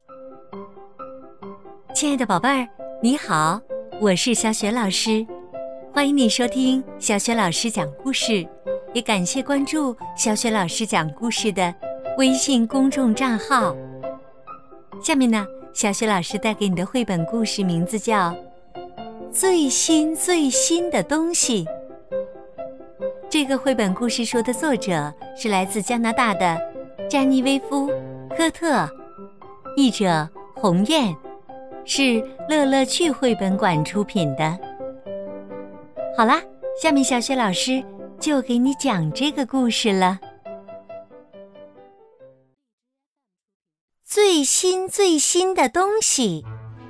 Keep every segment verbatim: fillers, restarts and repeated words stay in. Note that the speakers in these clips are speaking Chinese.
亲爱的宝贝儿，你好，我是小雪老师，欢迎你收听小雪老师讲故事，也感谢关注小雪老师讲故事的微信公众账号。下面呢，小雪老师带给你的绘本故事名字叫《最新最新的东西》。这个绘本故事书的作者是来自加拿大的詹妮薇夫·科特，译者鸿雁，是乐乐趣绘本馆出品的。好啦，下面小雪老师就给你讲这个故事了。最新最新的东西。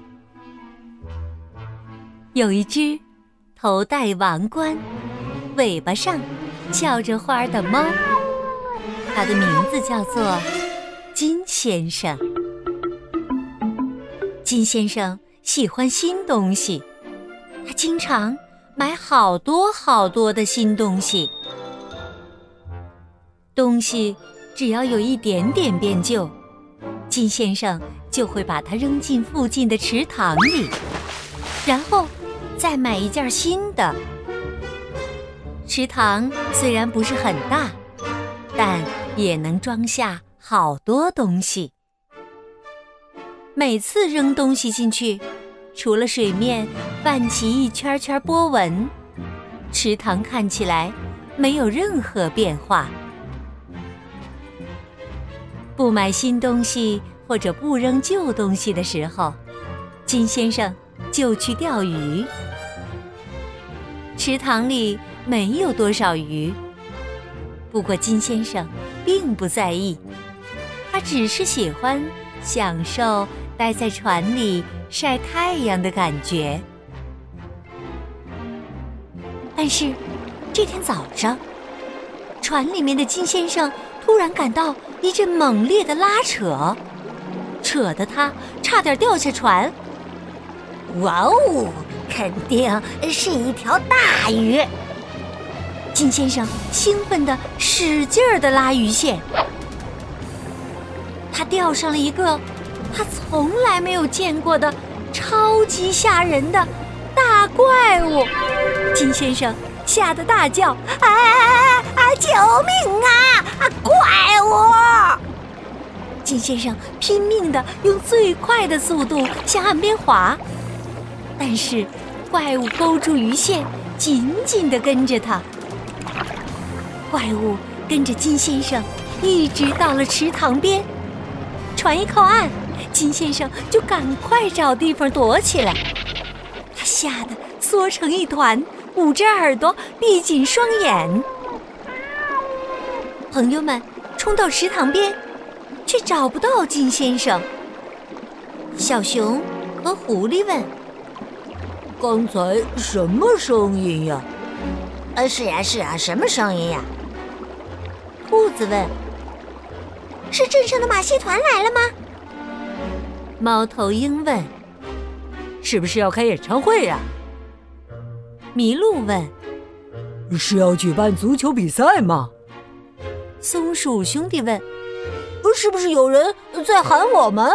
有一只头戴王冠，尾巴上翘着花的猫，它的名字叫做金先生。金先生喜欢新东西，他经常买好多好多的新东西。东西只要有一点点变旧，金先生就会把它扔进附近的池塘里，然后再买一件新的。池塘虽然不是很大，但也能装下好多东西。每次扔东西进去，除了水面泛起一圈圈波纹，池塘看起来没有任何变化。不买新东西或者不扔旧东西的时候，金先生就去钓鱼。池塘里没有多少鱼，不过金先生并不在意，他只是喜欢享受待在船里晒太阳的感觉。但是这天早上，船里面的金先生突然感到一阵猛烈的拉扯，扯得他差点掉下船。 哇哦，肯定是一条大鱼！ 金先生兴奋地使劲儿地拉鱼线，他钓上了一个他从来没有见过的超级吓人的大怪物。金先生吓得大叫： 哎哎哎！救命啊！啊，怪物！ 金先生拼命地用最快的速度向岸边滑，但是怪物勾住鱼线，紧紧地跟着他。怪物跟着金先生一直到了池塘边，船一靠岸，金先生就赶快找地方躲起来。他吓得缩成一团，捂着耳朵，闭紧双眼。朋友们冲到池塘边，却找不到金先生。小熊和狐狸问： 刚才什么声音呀？ 呃，是呀是呀，什么声音呀？ 兔子问： 是镇上的马戏团来了吗？ 猫头鹰问： 是不是要开演唱会呀？ 麋鹿问： 是要举办足球比赛吗？ 松鼠兄弟问： 是不是有人在喊我们？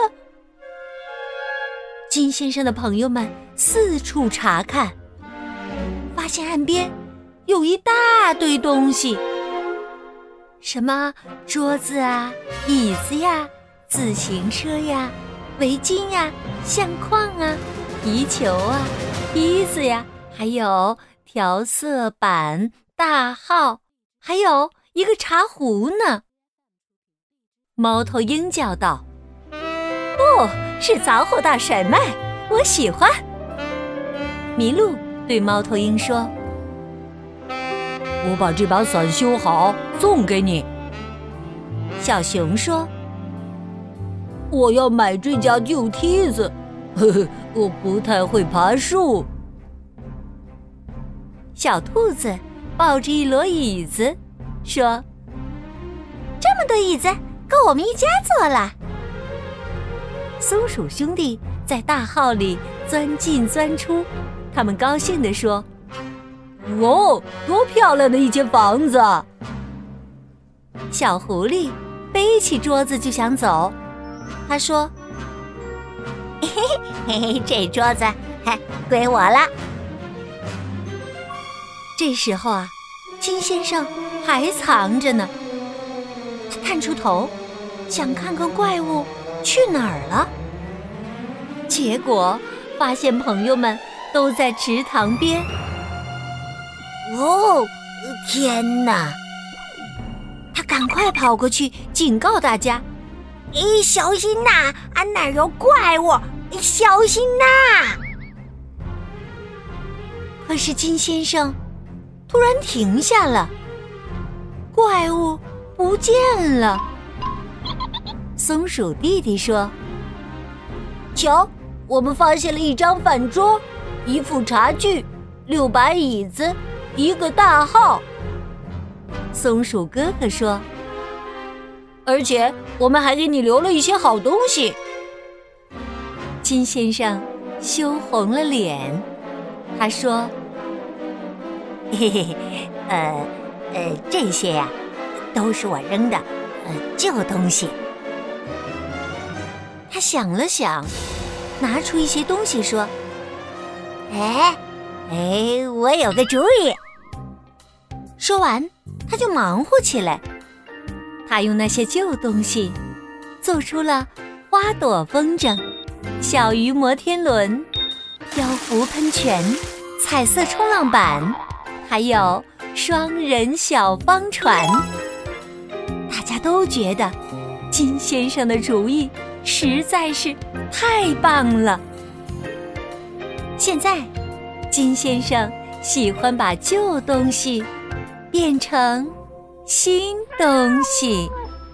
金先生的朋友们四处查看，发现岸边有一大堆东西，什么桌子啊、椅子呀、自行车呀、围巾呀、相框啊、皮球啊、梯子呀，还有调色板、大号，还有一个茶壶呢。猫头鹰叫道：哦，是杂货大甩卖，我喜欢。麋鹿对猫头鹰说： 我把这把伞修好送给你。 小熊说： 我要买这架旧梯子，呵呵，我不太会爬树。 小兔子抱着一摞椅子说： 这么多椅子够我们一家坐了。 松鼠兄弟在大号里钻进钻出，他们高兴地说： 哦，多漂亮的一间房子！ 小狐狸背起桌子就想走，他说： 嘿嘿，这桌子嘿归我了。 这时候啊，金先生还藏着呢。他探出头，想看看怪物去哪儿了。结果发现朋友们都在池塘边。 哦，天哪！ 他赶快跑过去警告大家：“ 咦，小心呐！啊，那儿有怪物，小心呐！” 可是金先生突然停下了，怪物不见了。松鼠弟弟说：“ 瞧，我们发现了一张饭桌，一副茶具，六把椅子，一个大号。” 松鼠哥哥说：“ 而且我们还给你留了一些好东西。” 金先生羞红了脸，他说：“ 嘿嘿，呃呃，这些呀、啊，都是我扔的呃旧东西。” 他想了想，拿出一些东西说：“ 哎哎，我有个主意。” 说完，他就忙活起来。他用那些旧东西做出了花朵风筝、小鱼摩天轮、漂浮喷泉、彩色冲浪板，还有双人小方船。大家都觉得金先生的主意实在是太棒了。现在，金先生喜欢把旧东西变成新东西。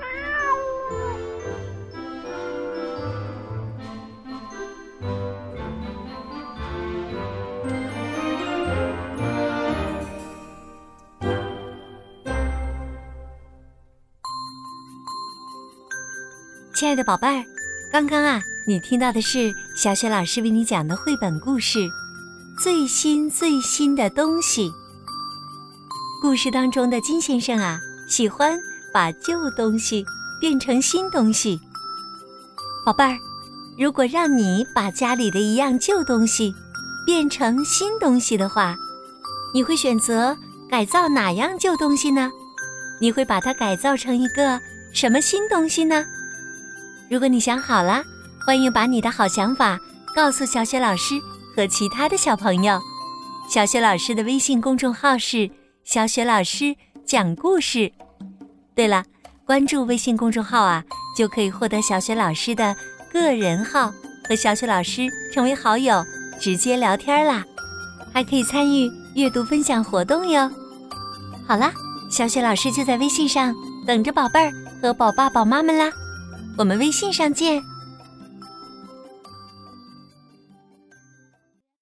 亲爱的宝贝儿，刚刚啊，你听到的是小雪老师为你讲的绘本故事《最新最新的东西》。故事当中的金先生啊，喜欢把旧东西变成新东西。宝贝儿，如果让你把家里的一样旧东西变成新东西的话，你会选择改造哪样旧东西呢？你会把它改造成一个什么新东西呢？如果你想好了，欢迎把你的好想法告诉小雪老师和其他的小朋友。小雪老师的微信公众号是小雪老师讲故事。对了，关注微信公众号啊，就可以获得小雪老师的个人号，和小雪老师成为好友，直接聊天啦，还可以参与阅读分享活动哟。好啦，小雪老师就在微信上等着宝贝儿和宝爸宝妈们啦，我们微信上见。